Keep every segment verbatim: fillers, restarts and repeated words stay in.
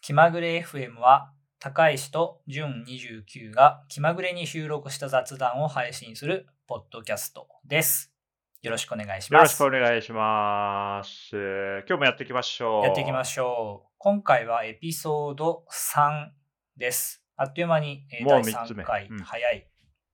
気まぐれ エフエム は高石と準にじゅうきゅうが気まぐれに収録した雑談を配信するポッドキャストです。よろしくお願いしよろしくおます。 願いします。今日もやっていきましやっていきまょしょう。今回はエピソードさんです。あっという間にえう。 ーだいもう3 3 つ目。 回、 うん。 早い。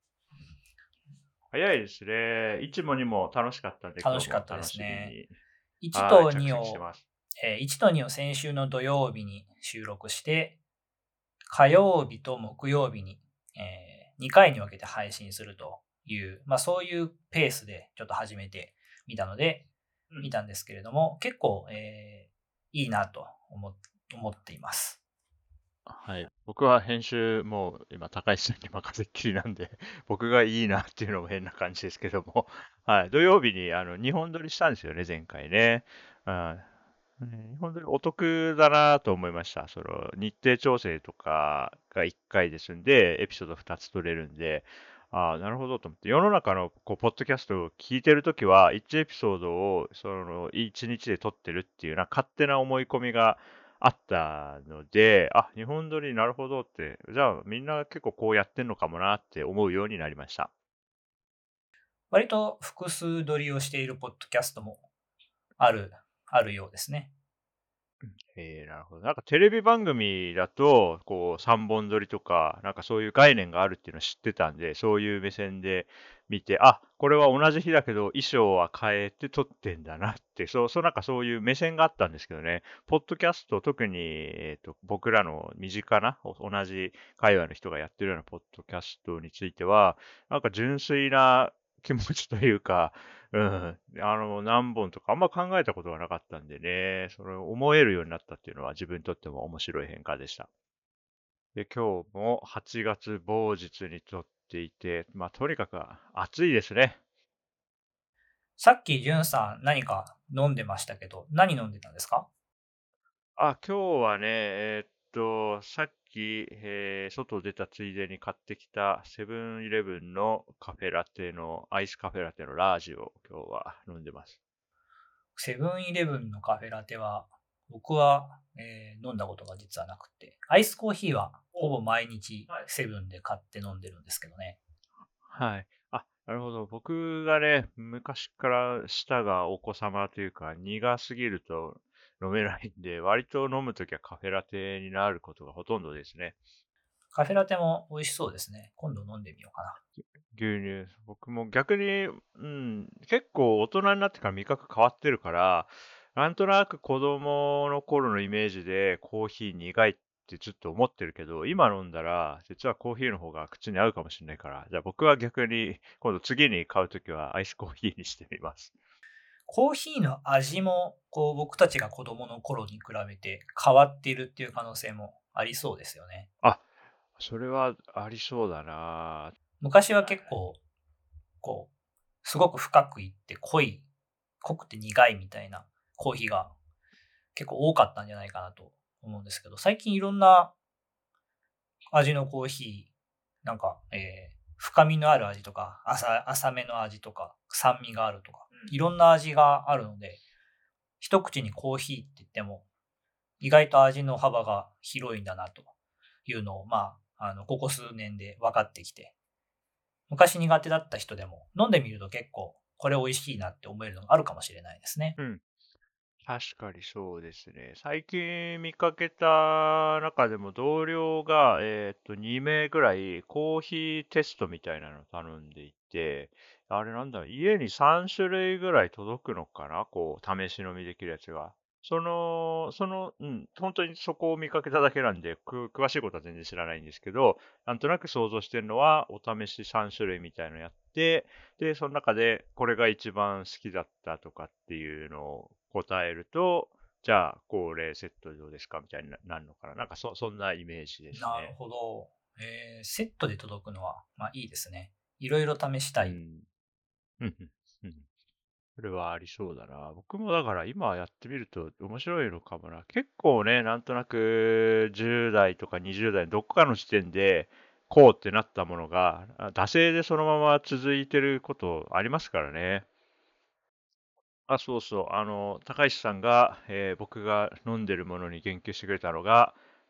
早いですね。いちもにも楽しかったんで、今日楽しかったでも楽すね。 しみに。 いちはい、 と着にを、 席してます。 えーいちとにを先週の土曜日に収録して、火曜日と木曜日に、えーにかいに分けて配信するという、まあそういうペースでちょっと始めてみたので、 うん見たんですけれども、結構、えーいいなと思思っています。 はい。僕は編集、もう今、高橋さんに任せっきりなんで、僕がいいなっていうのも変な感じですけども、はい。土曜日にあのにほん撮りしたんですよね、前回ね。うん。ね本当にお得だなと思いました。その日程調整とかがいっかいで済んで、エピソードふたつ取れるんで、ああ、なるほどと思って、世の中のこうポッドキャストを聞いてるときは、いちエピソードをそのいちにちで撮ってるっていうな勝手な思い込みがあったので、あ、日本撮りなるほどって、じゃあみんな結構こうやってんのかもなって思うようになりました。 割と複数撮りをしているポッドキャストもある、あるようですね。 ええ、なるほど。なんかテレビ番組だと、こうさんぼん撮りとか、なんかそういう概念があるっていうのを知ってたんで、そういう目線で見て、あ、これは同じ日だけど衣装は変えて撮ってんだなって、そう、そうなんかそういう目線があったんですけどね。ポッドキャスト、特に、えっと、僕らの身近な、お同じ界隈の人がやってるようなポッドキャストについては、なんか純粋な気持ちというか、うん。あの、何本とかあんま考えたことがなかったんでね、それを思えるようになったっていうのは自分にとっても面白い変化でした。で、今日もはちがつ某日に撮っていて、まあ、とにかく暑いですね。 さっきじゅんさん何か飲んでましたけど、何飲んでたんですか？ あ、今日はね、えーっと、さっき、えー外出たついでに買ってきたセブンイレブンのカフェラテの、アイスカフェラテのラージを今日は飲んでます。 セブンイレブンのカフェラテは、僕は、えー飲んだことが実はなくて、アイスコーヒーはほぼ毎日セブンで買って飲んでるんですけどね。 はい。あ、なるほど。僕がね、昔から舌がお子様というか、苦すぎると飲めないんで、割と飲むときはカフェラテになることがほとんどですね。 カフェラテも美味しそうですね。今度飲んでみようかな。 牛乳。僕も逆に、うん、結構大人になってから味覚変わってるから、なんとなく子供の頃のイメージでコーヒー苦いってちょっと思ってるけど、今飲んだら、実はコーヒーの方が口に合うかもしれないから、じゃあ僕は逆に、今度次に買うときはアイスコーヒーにしてみます。 コーヒーの味も、こう僕たちが子供の頃に比べて変わっているっていう可能性もありそうですよね。 あ、それはありそうだな。 昔は結構、こう、すごく深くいって濃い、濃くて苦いみたいなコーヒーが結構多かったんじゃないかなと思うんですけど、最近いろんな味のコーヒー、なんか、えー深みのある味とか、浅浅めの味とか、酸味があるとか、いろんな味があるので、一口にコーヒーって言っても、意外と味の幅が広いんだなというのを、まあ、あの、ここ数年で分かってきて、昔苦手だった人でも飲んでみると結構、これ美味しいなって思えるのがあるかもしれないですね。 うん。確かにそうですね。最近見かけた中でも同僚が、えっと、に名ぐらいコーヒーテストみたいなのを頼んでいて、あれなんだろう、家にさん種類ぐらい届くのかなこう、試し飲みできるやつが。その、その、うん、本当にそこを見かけただけなんで、く詳しいことは全然知らないんですけど、なんとなく想像してるのは、お試しさん種類みたいなのやって、で、その中でこれが一番好きだったとかっていうのを答えると、じゃあ、これセットでどうですかみたいになるのかな。なんかそ、そんなイメージですなるね。 ほど。えー、セットで届くのは、まあいいですね。いろいろ試したい。 うん。うん、うん、うん。それはありそうだな。僕もだから今やってみると面白いのかもな。結構ね、なんとなくじゅう代とかにじゅう代のどこかの時点で、こうってなったものが、あ惰性でそのまま続いてることありますからね。あ、そうそう。あの、高石さんが、えー僕が飲んでるものに言及してくれたのが、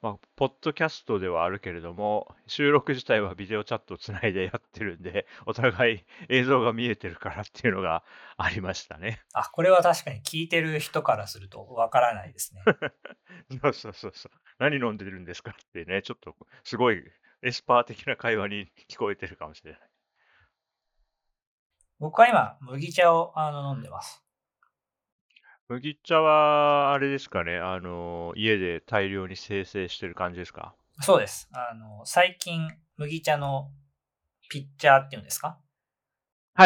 まあ、ポッドキャストではあるけれども、収録自体はビデオチャットをつないでやってるんで、お互い映像が見えてるからっていうのがありましたね。 あ、これは確かに聞いてる人からするとわからないですね。 そうそうそうそう。何飲んでるんですかってね、ちょっとすごいエスパー的な会話に聞こえてるかもしれない。 僕は今、麦茶をあの飲んでます。 麦茶は、あれですかね、あの、家で大量に生成してる感じですか？ そうです。あの、最近、麦茶のピッチャーっていうんですか？ はい。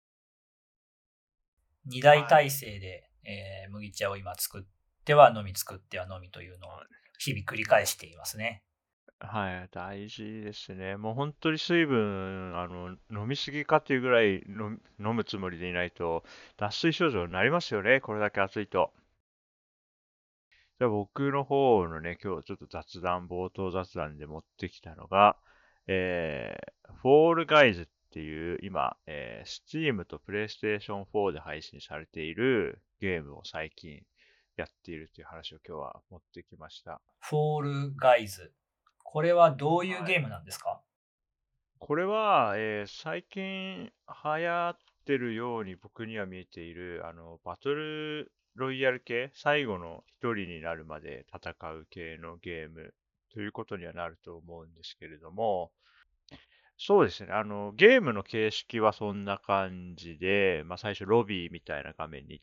二大体制で、えー麦茶を今作っては飲み、作っては飲みというのを日々繰り返していますね。 はい、大事ですね。もう本当に水分、あの、飲みすぎかっていうぐらい飲飲むつもりでいないと、脱水症状になりますよね、これだけ暑いと。じゃあ僕の方のね、今日ちょっと雑談、冒頭雑談で持ってきたのが、えー、フォールガイズっていう今、えー、Steam と PlayStation フォーで配信されているゲームを最近やっているという話を今日は持ってきました。 フォールガイズ。これはどういうはい。 ゲームなんですか？ これは、えー最近流行ってるように僕には見えている、あの、バトルロイヤル系、最後の一人になるまで戦う系のゲームということにはなると思うんですけれども、そうですね、あの、ゲームの形式はそんな感じで、まあ最初ロビーみたいな画面に行って、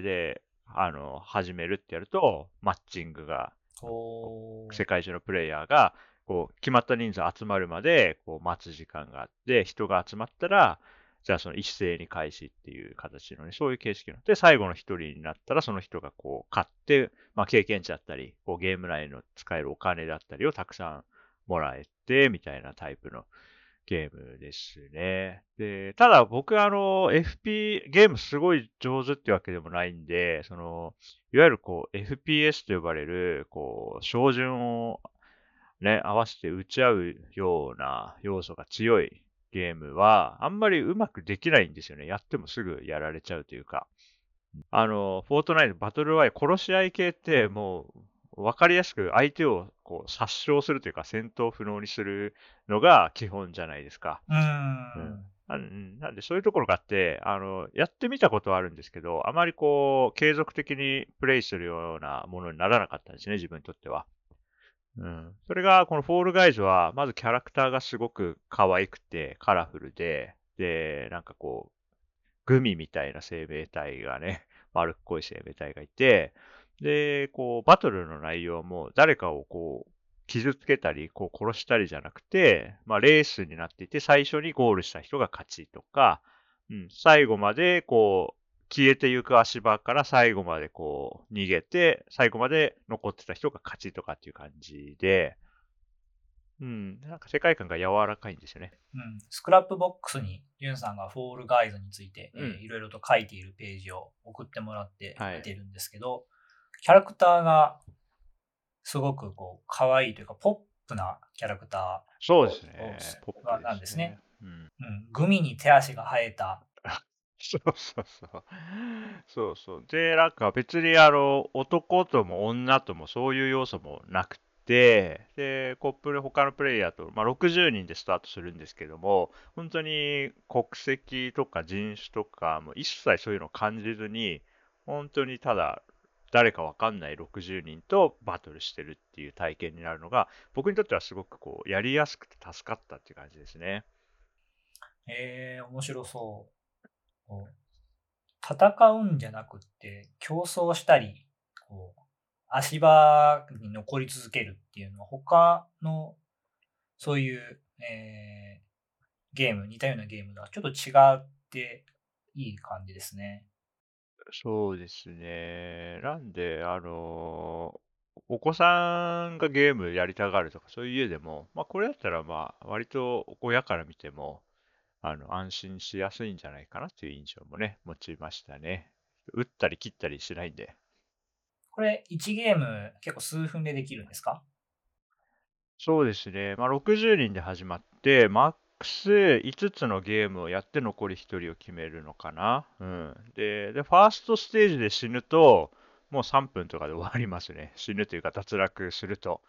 で、あの、始めるってやると、マッチングがこうおー。 世界中のプレイヤーが、こう、決まった人数集まるまで、こう、待つ時間があって、人が集まったら、じゃあその一斉に開始っていう形のね、そういう形式の。で、最後の一人になったら、その人がこう、買って、まあ、経験値だったり、こう、ゲーム内の使えるお金だったりをたくさんもらえて、みたいなタイプのゲームですね。で、ただ僕あの、エフピー、ゲームすごい上手ってわけでもないんで、その、いわゆるこう、エフピーエス と呼ばれる、こう、照準をね、合わせて打ち合うような要素が強いゲームは、あんまりうまくできないんですよね。やってもすぐやられちゃうというか。あの、フォートナイト、バトルロワイヤル、殺し合い系ってもう、わかりやすく相手をこう殺傷するというか戦闘不能にするのが基本じゃないですか。 うーうん。 ん。 なんうんなんでそういうところがあって、あの、やってみたことはあるんですけど、あまりこう、継続的にプレイするようなものにならなかったんですね、自分にとっては。うん。それが、このフォールガイズは、まずキャラクターがすごく可愛くて、カラフルで、で、なんかこう、グミみたいな生命体がね、丸っこい生命体がいて、で、こう、バトルの内容も誰かをこう、傷つけたり、こう殺したりじゃなくて、まあ、レースになっていて、最初にゴールした人が勝ちとか、うん、最後までこう、消えてゆく足場から最後までこう、逃げて、最後まで残ってた人が勝ちとかっていう感じで、うん、なんか世界観が柔らかいんですよね。 うん、スクラップボックスにユンさんがフォールガイズについて、 うん。 えーいろいろと書いているページを送ってもらってはい。 見てるんですけど、キャラクターがすごくこう可愛いというかポップなキャラクタそうですーをね。ポップがですね。 なんですね。 うん。 うん、グミに手足が生えた。 そうそうそう。そうそう。で、なんか別にあの、男とも女ともそういう要素もなくて、で、コップル、他のプレイヤーと、まあ、ろくじゅうにんでスタートするんですけども、本当に国籍とか人種とか、もう一切そういうのを感じずに、本当にただ、誰かわかんないろくじゅうにんとバトルしてるっていう体験になるのが、僕にとってはすごくこう、やりやすくて助かったっていう感じですね。 えー、面白そう。こう戦うんじゃなくって競争したり、こう足場に残り続けるっていうのは他のそういう、えーゲーム、似たようなゲームとはちょっと違っていい感じですね。 そうですね。なんで、あのお子さんがゲームやりたがるとか、そういう家でも、まあ、これだったら、まあ、割と親から見ても、あの、安心しやすいんじゃないかなっていう印象もね、持ちましたね。打ったり切ったりしないんで。 これいちゲーム結構数分でできるんですか？ そうですね。まあ、ろくじゅうにんで始まって、マックスいつつのゲームをやって残りひとりを決めるのかな。うん。で、で、ファーストステージで死ぬと、もうさんぷんとかで終わりますね。死ぬというか脱落すると。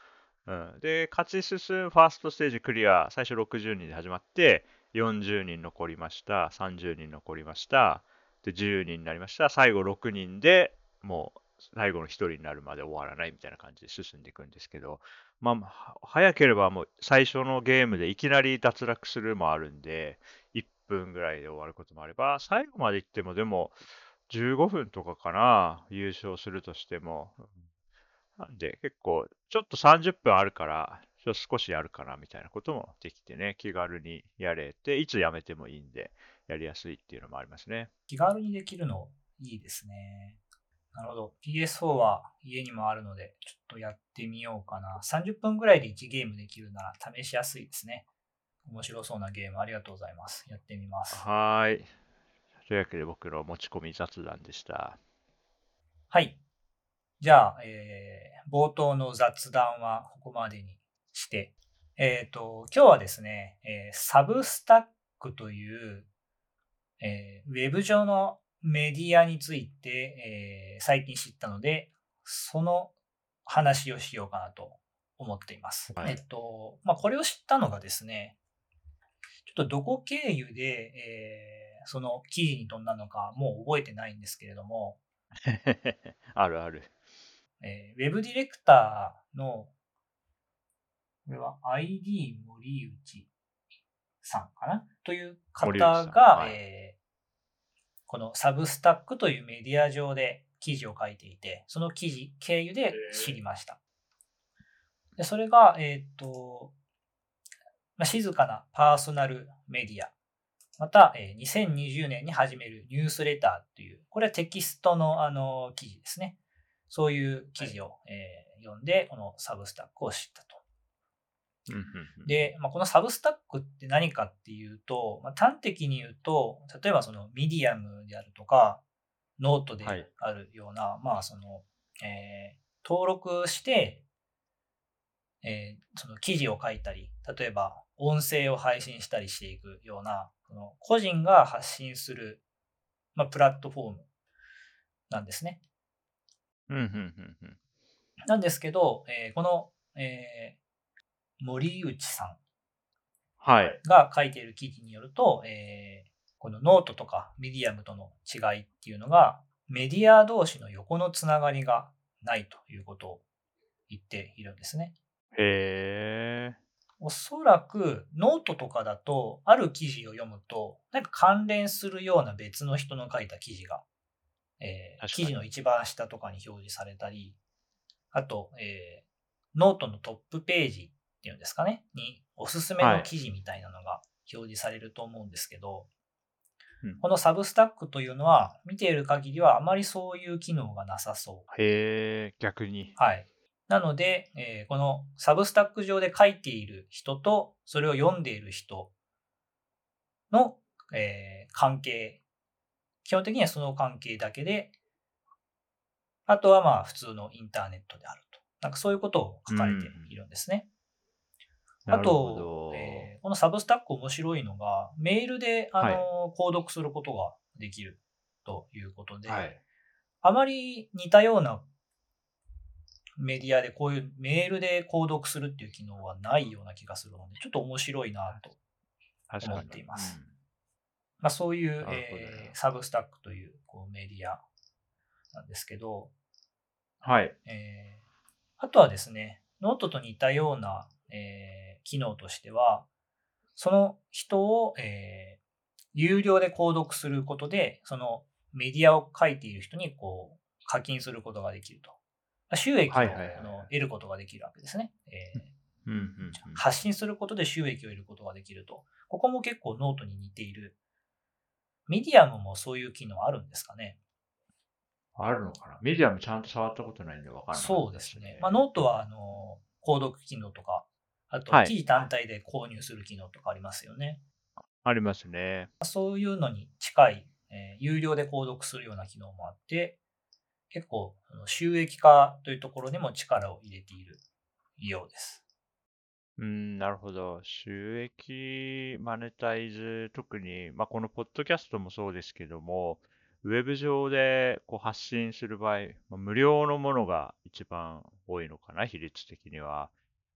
うん。で、勝ち進むファーストステージクリア、最初ろくじゅうにんで始まって、よんじゅうにん残りました、さんじゅうにん残りました、で、じゅうにんになりました、最後ろくにんでもう最後のひとりになるまで終わらないみたいな感じで進んでいくんですけど、まあ、早ければもう最初のゲームでいきなり脱落するもあるんで、いっぷんぐらいで終わることもあれば、最後まで行ってもでもじゅうごふんとかかな、優勝するとしても。なんで、結構、ちょっとさんじゅっぷんあるから、ちょっと少しやるかなみたいなこともできてね、気軽にやれて、いつやめてもいいんで、やりやすいっていうのもありますね。 気軽にできるのいいですね。なるほど。ピーエスフォー は家にもあるので、ちょっとやってみようかな。さんじゅっぷんぐらいでいちゲームできるなら試しやすいですね。面白そうなゲームありがとうございます。やってみます。 はーい。というわけで僕の持ち込み雑談でした。 はい。じゃあ、えー冒頭の雑談はここまでにして、えっ、と、今日はですね、えーサブスタックという、えーウェブ上のメディアについて、えー最近知ったので、その話をしようかなと思っています。 はいえっと、まあ、これを知ったのがですね、ちょっとどこ経由で、えーその記事に飛んだのかもう覚えてないんですけれども、 あるある。 えーウェブディレクターの、これは アイディー 森内さんかなという森内さん。 方が、 はい。 えーこのサブスタックというメディア上で記事を書いていて、その記事経由で知りました。でそれが、えっ、と、まあ、静かなパーソナルメディア。また、えーにせんにじゅうねんに始めるニュースレターという、これはテキストの、あの記事ですね。そういう記事を、えー読んで、このサブスタックを知ったと。 うんうんうんで、まあ、このサブスタックって何かっていうと、まあ、端的に言うと、例えばそのミディアムであるとか、ノートではいあるような、まあその、えー登録して、えーその記事を書いたり、例えば音声を配信したりしていくような、その個人が発信する、まあ、プラットフォームなんですね。 うんうんうんうん。 なんですけど、えーこの、えー森内さはい。 んが書いている記事によると、えーこのノートとかメディアムとの違いっていうのが、メディア同士の横のつながりがないということを言っているんですね。 へえ。 おそらくノートとかだと、ある記事を読むと、なんか関連するような別の人の書いた記事が、えー確かに。 記事の一番下とかに表示されたり、あと、えーノートのトップページっていうんですかね、におすすめはい。 の記事みたいなのが表示されると思うんですけど、 うんこのサブスタックというのは、見ている限りはあまりそういう機能がなさそう。 へえ、逆に。 はい。なので、えーこのサブスタック上で書いている人と、それを読んでいる人の、えー関係、基本的にはその関係だけで、あとはまあ普通のインターネットであると。なんかそういうことを書かれてうん。 いるんですね。あなるほと、 ど。 えーこのサブスタック面白いのが、メールで、あはい。 の、購読することができるということで、 はい。 あまり似たようなメディアでこういうメールで購読するっていう機能はないような気がするので、ちょっと面白いなと思っ確かに。 ています。 うん。 まあ、そういう、 なるほどえーな。 サブスタックというこうメディアなんですけど、 はい。 えーあとはですね、ノートと似たような、えー機能としては、その人を、えー有料で購読することで、そのメディアを書いている人にこう課金することができると。まあ収益をはいはいはいはい。 あの得ることができるわけですね。えーうんうんうん。 発信することで収益を得ることができると。ここも結構ノートに似ている。メディアムもそういう機能あるんですかね。 あるのかな、メディアムちゃんと触ったことないんで分からなかったですね。 そうですね。まあ、ノートはあの購読機能とか、あとはい。 記事単体で購入する機能とかありますよね。 ありますね。 そういうのに近い、えー有料で購読するような機能もあって、結構あの収益化というところにも力を入れているようです。 うん、なるほど。収益、マネタイズ、特に、まあ、このポッドキャストもそうですけども、ウェブ上でこう発信する場合、まあ無料のものが一番多いのかな、比率的には。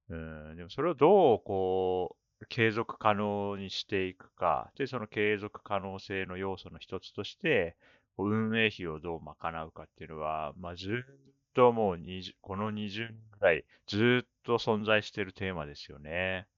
うん、でもそれをどう、こう、継続可能にしていくか。で、その継続可能性の要素の一つとして、こう運営費をどう賄うかっていうのは、まあ、ずっともうにじゅう、このにじゅうねんぐらい、ずっと存在しているテーマですよね。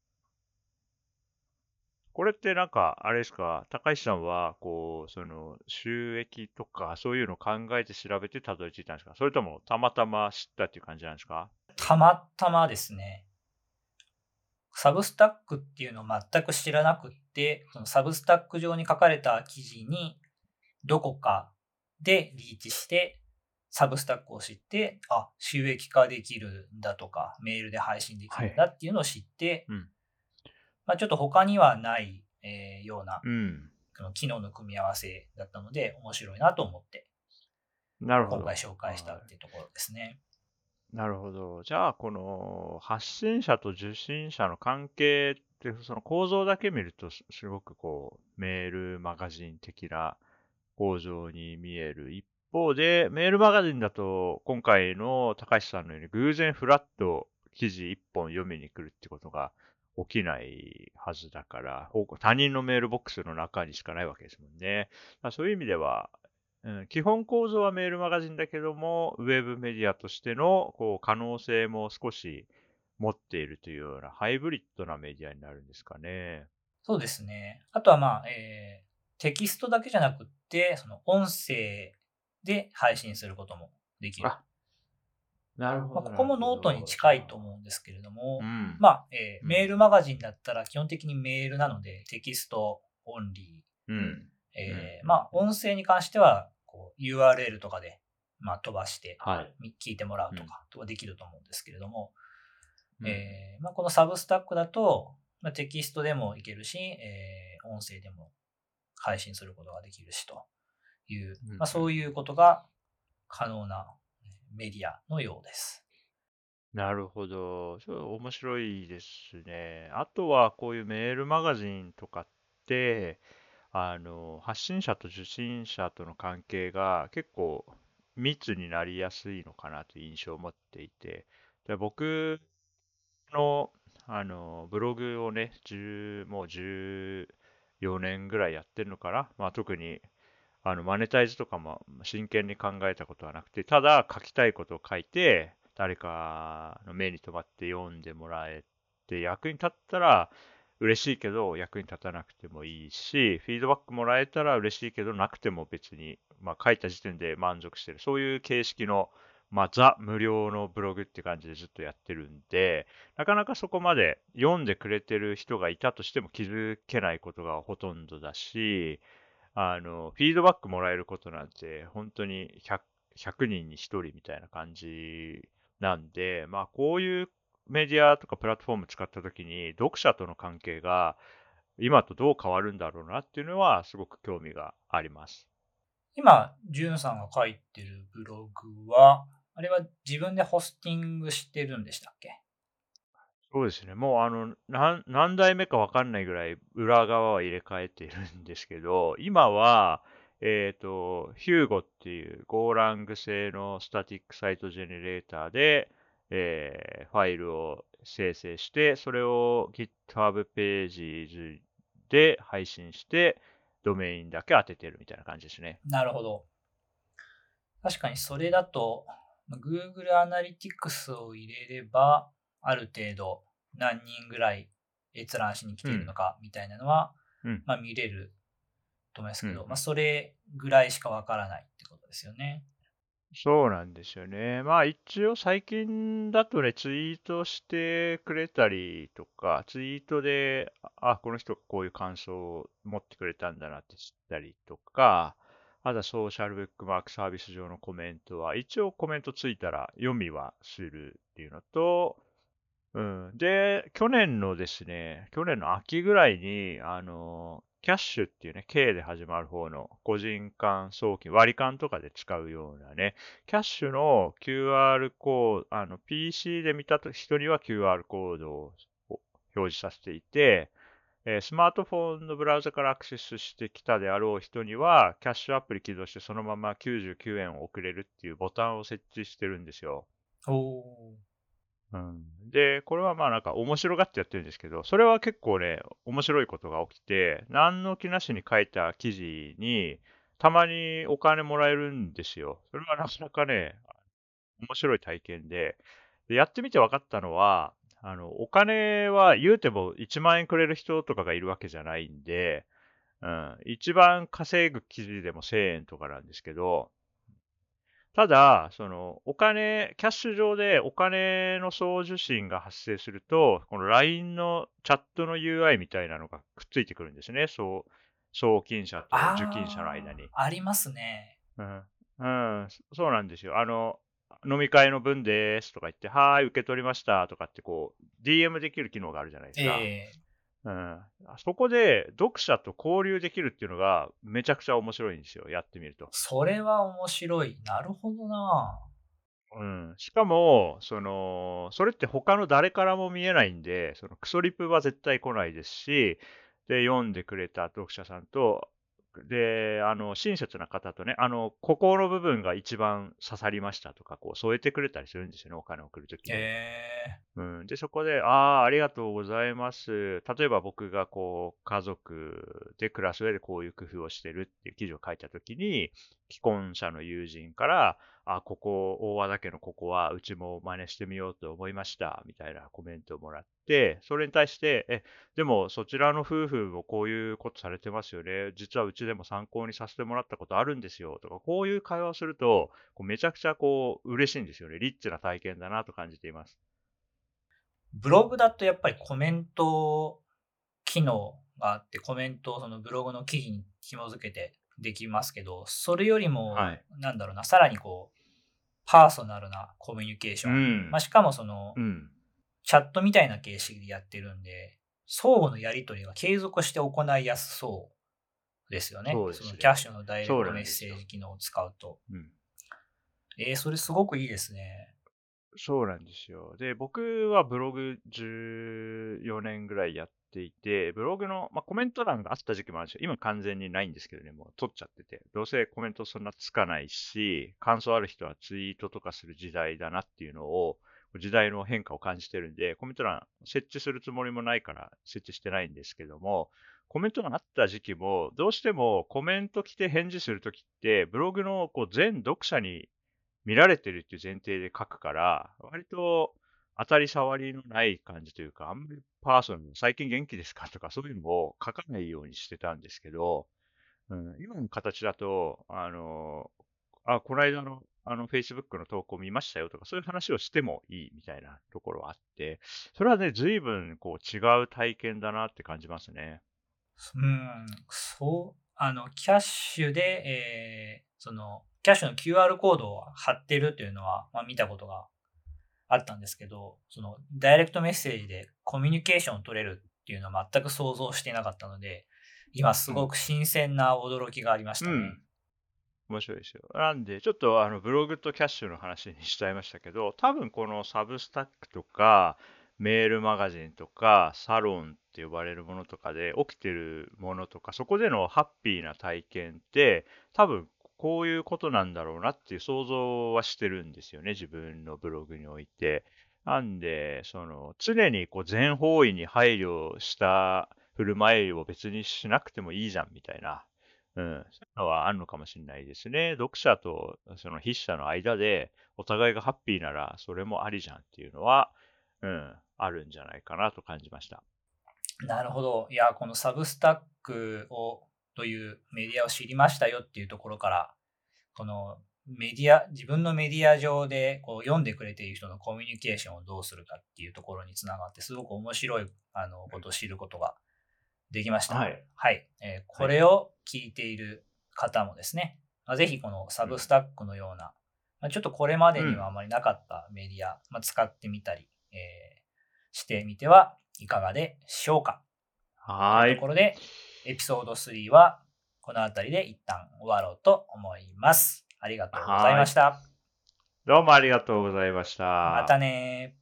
これってなんか、あれですか、高橋さんは、こう、その、収益とか、そういうのを考えて調べてたどり着いたんですか？それとも、たまたま知ったっていう感じなんですか？ たまたまですね、サブスタックっていうのを全く知らなくって、そのサブスタック上に書かれた記事にどこかでリーチして、サブスタックを知って、あ、収益化できるんだとか、メールで配信できはい。 るんだっていうのを知って、 うん。 まあ、ちょっと他にはない、えーようなうん。 その機能の組み合わせだったので、面白いなと思って、今回なるほど。 紹介したはっていうところですね。 い。なるほど。じゃあ、この発信者と受信者の関係って、その構造だけ見ると、すすごくこう、メールマガジン的な構造に見える一方で、メールマガジンだと、今回の高橋さんのように偶然フラッと記事一本読みに来るってことが起きないはずだから、ほ他人のメールボックスの中にしかないわけですもんね。だからそういう意味では、うん、基本構造はメールマガジンだけども、ウェブメディアとしてのこう可能性も少し持っているというようなハイブリッドなメディアになるんですかね。 そうですね。あとはまあ、えーテキストだけじゃなくって、その音声で配信することもできる。 あ、なるほまあ、 ど、なるここもノートにほど。じゃ近いとあ、 思うんですけれども、 うん、 まあ、えーメーうん。 ルマガジンだったら基本的にメールなのでテキストオンリうん。 ー。 うん。 えーまあ、 うん。 音声に関してはこう ユーアールエル とかで、まあ、飛ばしてはい。 聞いてもらううん。 とかとかできると思うんですけれども、 うん。 えーまあ、このサブスタックだと、まあ、テキストでもいけるし、えー音声でも配信することができるしという、 うん。うん。 まあ、そういうことが可能なメディアのようです。 なるほど。そう、面白いですね。あとは、こういうメールマガジンとかって、あの、発信者と受信者との関係が結構密になりやすいのかなという印象を持っていて、で僕の、あの、ブログをね、じゅうもうじゅうよねんぐらいやってるのかな。まあ、特にあの、マネタイズとかも真剣に考えたことはなくて、ただ書きたいことを書いて、誰かの目に留まって読んでもらえて、役に立ったら嬉しいけど、役に立たなくてもいいし、フィードバックもらえたら嬉しいけど、なくても別に、まあ書いた時点で満足してる。そういう形式の、まあザ無料のブログって感じでずっとやってるんで、なかなかそこまで読んでくれてる人がいたとしても気づけないことがほとんどだし、あの、フィードバックもらえることなんて、本当にひゃく、ひゃくにんにひとりみたいな感じなんで、まあ、こういうメディアとかプラットフォーム使ったときに、読者との関係が今とどう変わるんだろうなっていうのは、すごく興味があります。 今、ジュンさんが書いてるブログは、あれは自分でホスティングしてるんでしたっけ？ そうですね。もうあの、何、何代目かわかんないぐらい裏側は入れ替えているんですけど、今は、えっと、ヒューゴっていうゴーラング製のスタティックサイトジェネレーターで、えーファイルを生成して、それを GitHub ページで配信して、ドメインだけ当ててるみたいな感じですね。 なるほど。確かにそれだと、Google Analytics を入れれば、ある程度何人ぐらい閲覧しに来ているのうん、 かみたいなのは、 うん、 まあ、見れると思いますうん、うけど、まあ、 ん。 それぐらいしかわからないってことですよね。 そうなんですよね。まあ一応最近だとね、ツイートしてくれたりとか、ツイートで、あ、この人がこういう感想を持ってくれたんだなって知ったりとか、あとはソーシャルブックマークサービス上のコメントは、一応コメントついたら読みはするっていうのと、うん。で、去年のですね、去年の秋ぐらいに、あの、キャッシュっていうね、K で始まる方の個人間送金、割り勘とかで使うようなね、キャッシュの キューアール コード、あの、ピーシー で見た人には キューアール コードを表示させていて、えースマートフォンのブラウザからアクセスしてきたであろう人には、キャッシュアプリ起動してそのままきゅうじゅうきゅうえんを送れるっていうボタンを設置してるんですよ。 おー。 うん。で、これはまあなんか面白がってやってるんですけど、それは結構ね、面白いことが起きて、何の気なしに書いた記事に、たまにお金もらえるんですよ。それはなかなかね、面白い体験で、でやってみて分かったのは、あの、お金は言うてもいちまん円くれる人とかがいるわけじゃないんで、うん、一番稼ぐ記事でもせんえんとかなんですけど、ただ、その、お金、キャッシュ上でお金の送受信が発生すると、この ライン のチャットの ユーアイ みたいなのがくっついてくるんですね。そう、送金者と受金者の間に。 ああ、ありますね。 うん。うん、そそうなんですよ。あの、飲み会の分ですとか言って、はーい、受け取りましたとかってこう、ディーエム できる機能があるじゃないですか。 ええ、 うん。あそこで読者と交流できるっていうのがめちゃくちゃ面白いんですよ。やってみると。 それは面白い。なるほどな。 うん。しかも、その、それって他の誰からも見えないんで、そのクソリプは絶対来ないですし、で、読んでくれた読者さんと、で、あの、親切な方とね、あの、ここの部分が一番刺さりましたとか、こう添えてくれたりするんですよね、お金を送るときに。 ええ、 うん、で、そこで、ああ、ありがとうございます。例えば僕がこう、家族で暮らす上でこういう工夫をしてるっていう記事を書いたときに、既婚者の友人から、あ、ここ、大和田家のここは、うちも真似してみようと思いました、みたいなコメントをもらって、それに対して、え、でもそちらの夫婦もこういうことされてますよね。実はうちでも参考にさせてもらったことあるんですよ、とか、こういう会話をすると、こうめちゃくちゃこう、嬉しいんですよね。リッチな体験だなと感じています。 ブログだとやっぱりコメント機能があって、コメントをそのブログの記事に紐づけてできますけど、それよりも、 はい。 なんだろうな、さらにこう、パーソナルなコミュニケーション。まあ、 うん。 しかもその、 うん。 チャットみたいな形式でやってるんで、相互のやり取りが継続して行いやすそうですよね。 そうでそのすね。 キャッシュのダイレクそうトメッなんですよ。 セージ機能を使うと。 うん。 えー、それすごくいいですね。 そうなんですよ。で、僕はブログじゅうよねんぐらいやっていて、ブログの、まあ、コメント欄があった時期もあるんですよ。今完全にないんですけどね、もう取っちゃってて。どうせコメントそんなつかないし、感想ある人はツイートとかする時代だなっていうのを、時代の変化を感じてるんで、コメント欄設置するつもりもないから設置してないんですけども、コメント欄あった時期も、どうしてもコメント来て返事するときって、ブログのこう全読者に見られてるっていう前提で書くから、割と当たり障りのない感じというか、あんまりパーソナルに最近元気ですかとかそういうのを書かないようにしてたんですけど、うん、今の形だと、あの、あ、この間のあの Facebook の投稿見ましたよとか、そういう話をしてもいいみたいなところはあって、それはね、随分こう違う体験だなって感じますね。 うん、そう、あの、キャッシュで、えーその、キャッシュの キューアール コードを貼ってるっていうのは、まあ、見たことがあったんですけど、その、ダイレクトメッセージでコミュニケーションを取れるっていうのは全く想像していなかったので、今すうん。 ごく新鮮な驚きがありましたね。 うん。面白いですよ。なんで、ちょっとあのブログとキャッシュの話にしちゃいましたけど、多分このサブスタックとか、メールマガジンとか、サロンって呼ばれるものとかで起きてるものとか、そこでのハッピーな体験って、多分こういうことなんだろうなっていう想像はしてるんですよね、自分のブログにおいて。なんで、その、常にこう全方位に配慮した振る舞いを別にしなくてもいいじゃんみたいな。うん、そういうのはあるのかもしれないですね。読者とその筆者の間で、お互いがハッピーなら、それもありじゃんっていうのは、うん、あるんじゃないかなと感じました。 なるほど。いや、このサブスタックを、というメディアを知りましたよっていうところから、このメディア、自分のメディア上でこう読んでくれている人のコミュニケーションをどうするかっていうところにつながって、すごく面白いあのことを知ることができました。 はい。 はい。えーこはい。 れを聞いている方もですね、まあ、ぜひこのサうん。 ブスタックのような、まあ、ちょっとこれまでにはあうん。 まりなかったメディア、まあ、使ってみたり、えーしてみてはいかがでしょうか。というはーい。 ところで、エピソードスリーはこの辺りで一旦終わろうと思います。ありがとうございはーい。 ました。 どうもありがとうございましまたた。 ね